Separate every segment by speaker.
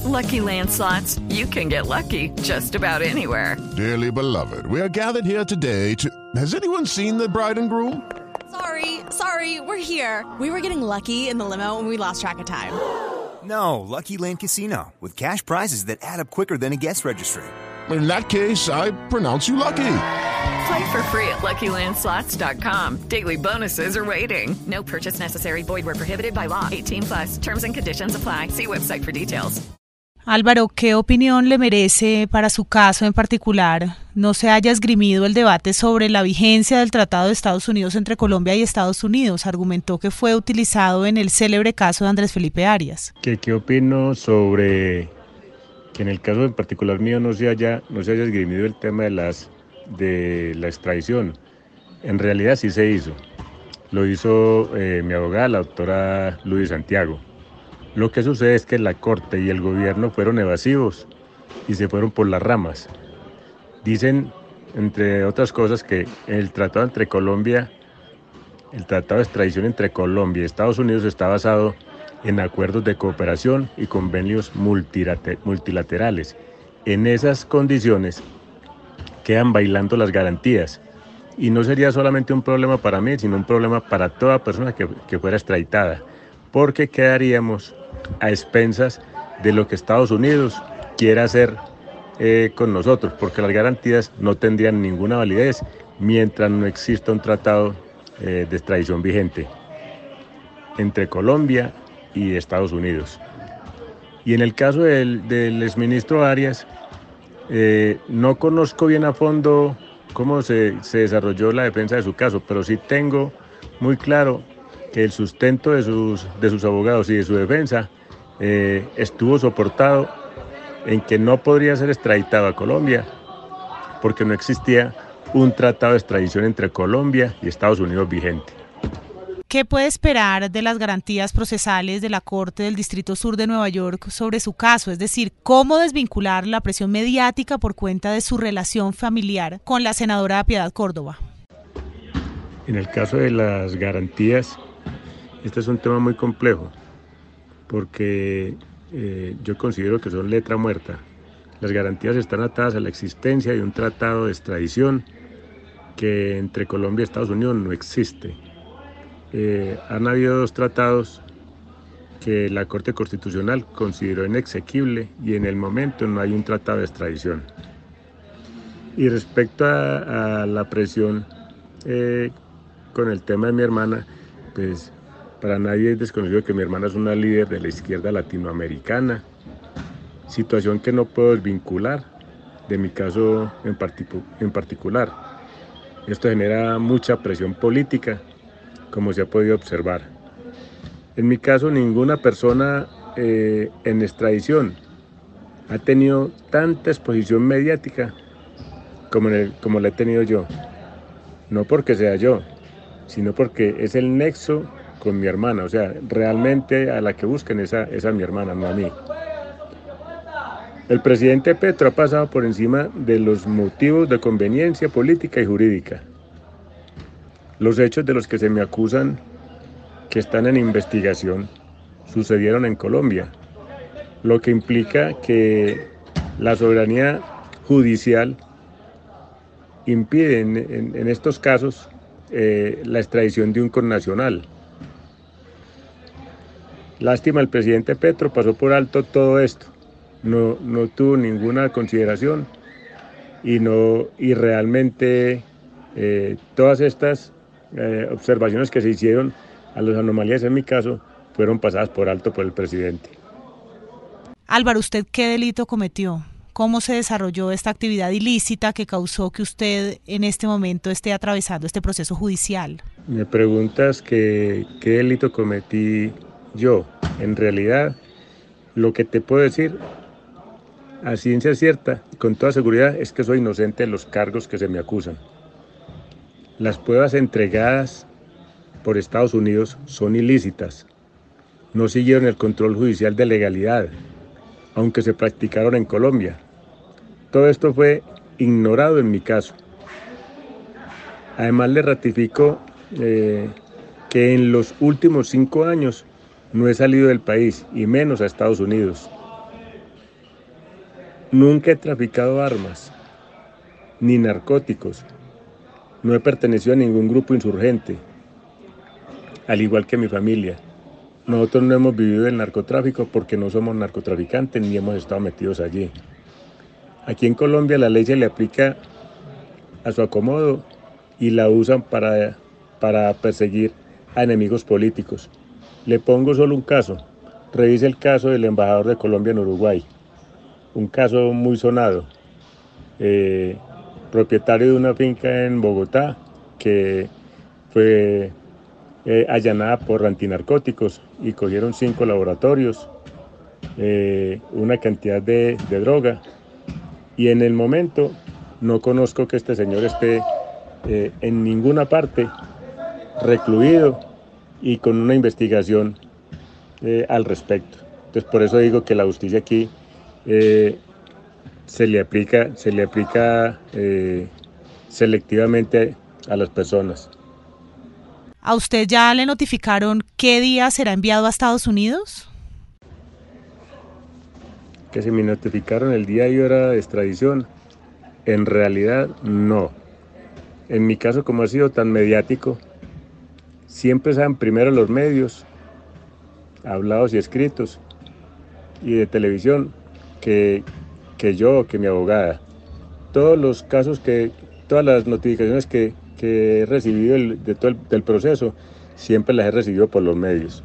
Speaker 1: Lucky Land Slots, you can get lucky just about anywhere.
Speaker 2: Dearly beloved, we are gathered here today to... Has anyone seen the bride and groom?
Speaker 3: Sorry, we're here. We were getting lucky in the limo and we lost track of time.
Speaker 4: No, Lucky Land Casino, with cash prizes that add up quicker than a guest registry.
Speaker 2: In that case, I pronounce you lucky.
Speaker 1: Play for free at LuckyLandSlots.com. Daily bonuses are waiting. No purchase necessary. Void where prohibited by law. 18+. Terms and conditions apply. See website for details.
Speaker 5: Álvaro, ¿qué opinión le merece para su caso en particular no se haya esgrimido el debate sobre la vigencia del Tratado de Estados Unidos entre Colombia y Estados Unidos? Argumentó que fue utilizado en el célebre caso de Andrés Felipe Arias.
Speaker 6: ¿Qué opino sobre que en el caso en particular mío no se haya esgrimido el tema de la extradición? En realidad sí se hizo. Lo hizo mi abogada, la doctora Luis Santiago. Lo que sucede es que la Corte y el gobierno fueron evasivos y se fueron por las ramas. Dicen, entre otras cosas, que el tratado de extradición entre Colombia y Estados Unidos está basado en acuerdos de cooperación y convenios multilaterales. En esas condiciones quedan bailando las garantías. Y no sería solamente un problema para mí, sino un problema para toda persona que fuera extraditada, porque quedaríamos a expensas de lo que Estados Unidos quiera hacer con nosotros, porque las garantías no tendrían ninguna validez mientras no exista un tratado de extradición vigente entre Colombia y Estados Unidos. Y en el caso del exministro Arias, no conozco bien a fondo cómo se desarrolló la defensa de su caso, pero sí tengo muy claro que el sustento de sus abogados y de su defensa estuvo soportado en que no podría ser extraditado a Colombia porque no existía un tratado de extradición entre Colombia y Estados Unidos vigente.
Speaker 5: ¿Qué puede esperar de las garantías procesales de la Corte del Distrito Sur de Nueva York sobre su caso? Es decir, ¿cómo desvincular la presión mediática por cuenta de su relación familiar con la senadora Piedad Córdoba?
Speaker 6: En el caso de las garantías, este es un tema muy complejo, porque yo considero que son letra muerta. Las garantías están atadas a la existencia de un tratado de extradición que entre Colombia y Estados Unidos no existe. Han habido dos tratados que la Corte Constitucional consideró inexequible y en el momento no hay un tratado de extradición. Y respecto a la presión con el tema de mi hermana, pues para nadie es desconocido que mi hermana es una líder de la izquierda latinoamericana, situación que no puedo desvincular de mi caso en particular. Esto genera mucha presión política, como se ha podido observar. En mi caso, ninguna persona en extradición ha tenido tanta exposición mediática como la he tenido yo. No porque sea yo, sino porque es el nexo con mi hermana. O sea, realmente a la que buscan es a mi hermana, no a mí. El presidente Petro ha pasado por encima de los motivos de conveniencia política y jurídica. Los hechos de los que se me acusan, que están en investigación, sucedieron en Colombia, lo que implica que la soberanía judicial impide en estos casos la extradición de un connacional. Lástima, el presidente Petro pasó por alto todo esto, no tuvo ninguna consideración y realmente todas estas observaciones que se hicieron a las anomalías en mi caso fueron pasadas por alto por el presidente.
Speaker 5: Álvaro, ¿usted qué delito cometió? ¿Cómo se desarrolló esta actividad ilícita que causó que usted en este momento esté atravesando este proceso judicial?
Speaker 6: Me preguntas qué delito cometí yo. En realidad, lo que te puedo decir a ciencia cierta, con toda seguridad, es que soy inocente de los cargos que se me acusan. Las pruebas entregadas por Estados Unidos son ilícitas. No siguieron el control judicial de legalidad, aunque se practicaron en Colombia. Todo esto fue ignorado en mi caso. Además, le ratifico que en los últimos 5 años no he salido del país, y menos a Estados Unidos. Nunca he traficado armas, ni narcóticos. No he pertenecido a ningún grupo insurgente, al igual que mi familia. Nosotros no hemos vivido el narcotráfico porque no somos narcotraficantes ni hemos estado metidos allí. Aquí en Colombia la ley se le aplica a su acomodo y la usan para perseguir a enemigos políticos. Le pongo solo un caso. Revise el caso del embajador de Colombia en Uruguay. Un caso muy sonado. Propietario de una finca en Bogotá que fue allanada por antinarcóticos y cogieron 5 laboratorios, una cantidad de droga, y en el momento no conozco que este señor esté en ninguna parte recluido y con una investigación al respecto. Entonces por eso digo que la justicia aquí se le aplica selectivamente a las personas.
Speaker 5: ¿A usted ya le notificaron qué día será enviado a Estados Unidos?
Speaker 6: Que se me notificaron el día y hora de extradición. En realidad no. En mi caso, como ha sido tan mediático, siempre saben primero los medios, hablados y escritos, y de televisión, que mi abogada. Todos los casos todas las notificaciones que he recibido del proceso, siempre las he recibido por los medios.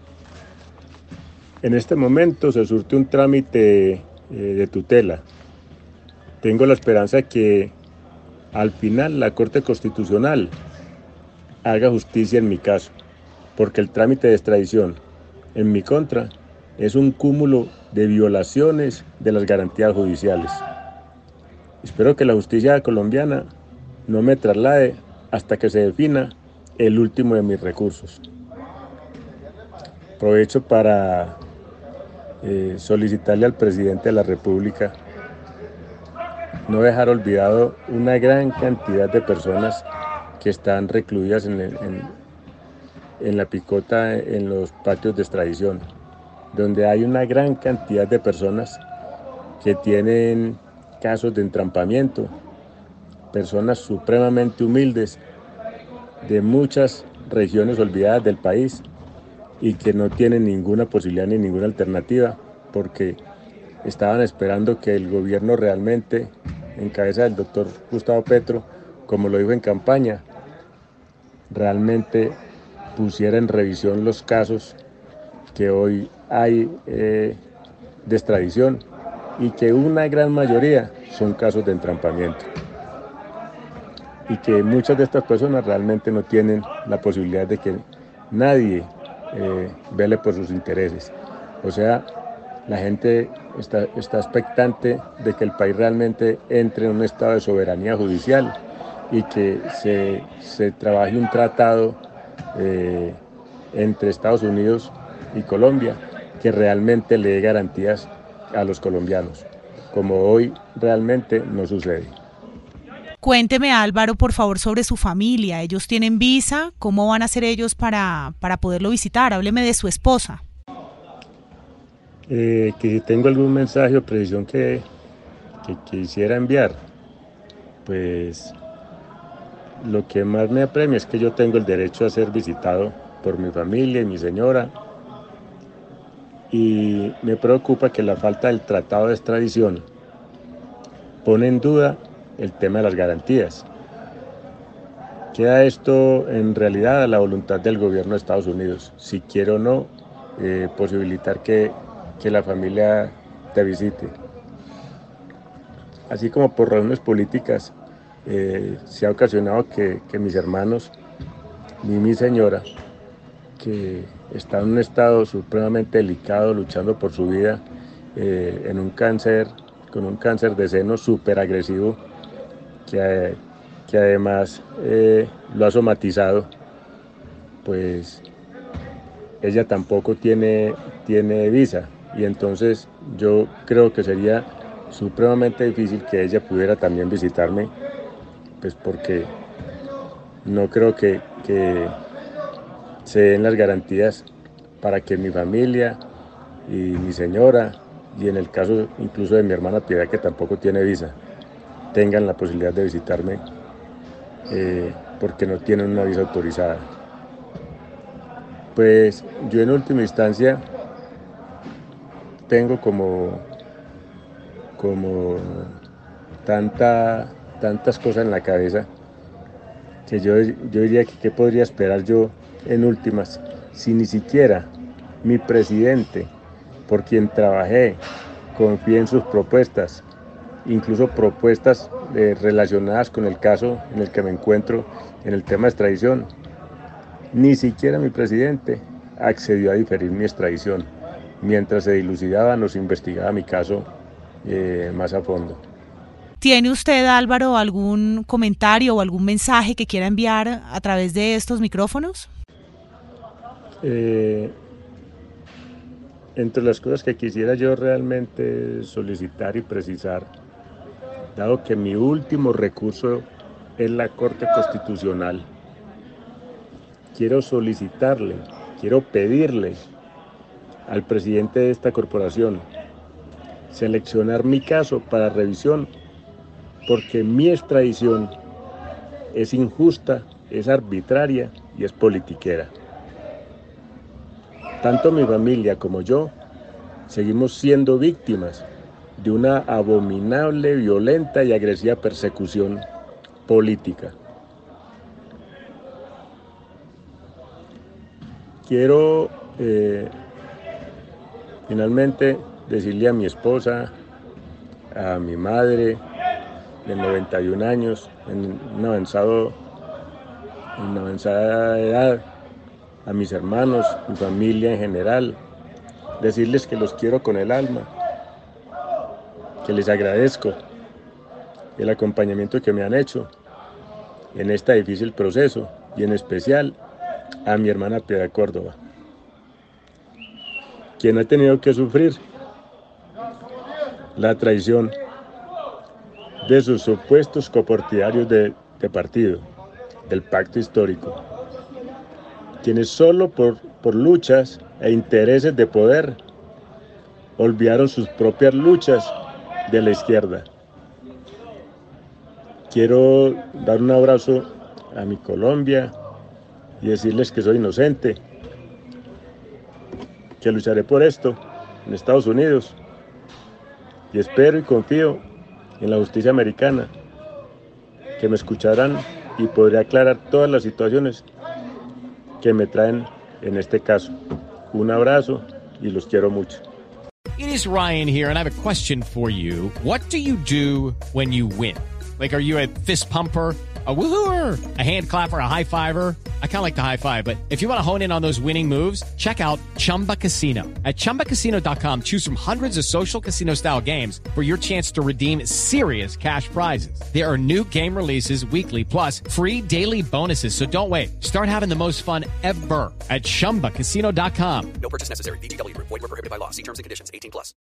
Speaker 6: En este momento se surte un trámite de tutela. Tengo la esperanza que al final la Corte Constitucional haga justicia en mi caso, porque el trámite de extradición en mi contra es un cúmulo de violaciones de las garantías judiciales. Espero que la justicia colombiana no me traslade hasta que se defina el último de mis recursos. Aprovecho para solicitarle al presidente de la República no dejar olvidado una gran cantidad de personas que están recluidas en la picota, en los patios de extradición, donde hay una gran cantidad de personas que tienen casos de entrampamiento, personas supremamente humildes de muchas regiones olvidadas del país y que no tienen ninguna posibilidad ni ninguna alternativa porque estaban esperando que el gobierno realmente, en cabeza del doctor Gustavo Petro, como lo dijo en campaña, realmente pusiera en revisión los casos que hoy hay de extradición y que una gran mayoría son casos de entrampamiento y que muchas de estas personas realmente no tienen la posibilidad de que nadie vele por sus intereses. O sea, la gente está expectante de que el país realmente entre en un estado de soberanía judicial y que se trabaje un tratado entre Estados Unidos y Colombia que realmente le dé garantías a los colombianos, como hoy realmente no sucede.
Speaker 5: Cuénteme, Álvaro, por favor, sobre su familia. ¿Ellos tienen visa? ¿Cómo van a hacer ellos para poderlo visitar? Hábleme de su esposa.
Speaker 6: Que si tengo algún mensaje o precisión que quisiera enviar, pues lo que más me apremia es que yo tengo el derecho a ser visitado por mi familia y mi señora, y me preocupa que la falta del tratado de extradición pone en duda el tema de las garantías. Queda esto en realidad a la voluntad del gobierno de Estados Unidos, si quiere o no posibilitar que la familia te visite. Así como por razones políticas se ha ocasionado que mis hermanos y mi señora, que está en un estado supremamente delicado luchando por su vida con un cáncer de seno súper agresivo que además lo ha somatizado, pues ella tampoco tiene visa, y entonces yo creo que sería supremamente difícil que ella pudiera también visitarme, pues porque no creo que se den las garantías para que mi familia y mi señora y en el caso incluso de mi hermana Piedad, que tampoco tiene visa, tengan la posibilidad de visitarme porque no tienen una visa autorizada. Pues yo en última instancia tengo como tantas cosas en la cabeza que yo diría que qué podría esperar yo en últimas si ni siquiera mi presidente, por quien trabajé, confié en sus propuestas, incluso propuestas relacionadas con el caso en el que me encuentro en el tema de extradición, ni siquiera mi presidente accedió a diferir mi extradición mientras se dilucidaba, nos investigaba mi caso más a fondo.
Speaker 5: ¿Tiene usted, Álvaro, algún comentario o algún mensaje que quiera enviar a través de estos micrófonos?
Speaker 6: Entre las cosas que quisiera yo realmente solicitar y precisar, dado que mi último recurso es la Corte Constitucional, quiero solicitarle, quiero pedirle al presidente de esta corporación seleccionar mi caso para revisión, porque mi extradición es injusta, es arbitraria y es politiquera. Tanto mi familia como yo seguimos siendo víctimas de una abominable, violenta y agresiva persecución política. Quiero finalmente decirle a mi esposa, a mi madre de 91 años, en una avanzada edad, a mis hermanos, mi familia en general, decirles que los quiero con el alma, que les agradezco el acompañamiento que me han hecho en este difícil proceso y en especial a mi hermana Piedad Córdoba, quien ha tenido que sufrir la traición de sus supuestos copartidarios de partido, del pacto histórico, quienes solo por luchas e intereses de poder olvidaron sus propias luchas de la izquierda. Quiero dar un abrazo a mi Colombia y decirles que soy inocente, que lucharé por esto en Estados Unidos y espero y confío en la justicia americana, que me escucharán y podré aclarar todas las situaciones que me traen en este caso. Un abrazo y los quiero mucho.
Speaker 7: It is Ryan here, and I have a question for you. What do you do when you win? Like, are you a fist pumper, a woo-hooer, a hand clapper, a high-fiver? I kind of like the high-five, but if you want to hone in on those winning moves, check out Chumba Casino. At ChumbaCasino.com, choose from hundreds of social casino-style games for your chance to redeem serious cash prizes. There are new game releases weekly, plus free daily bonuses, so don't wait. Start having the most fun ever at ChumbaCasino.com.
Speaker 8: No purchase necessary. VGW Group. Void where prohibited by law. See terms and conditions. 18+.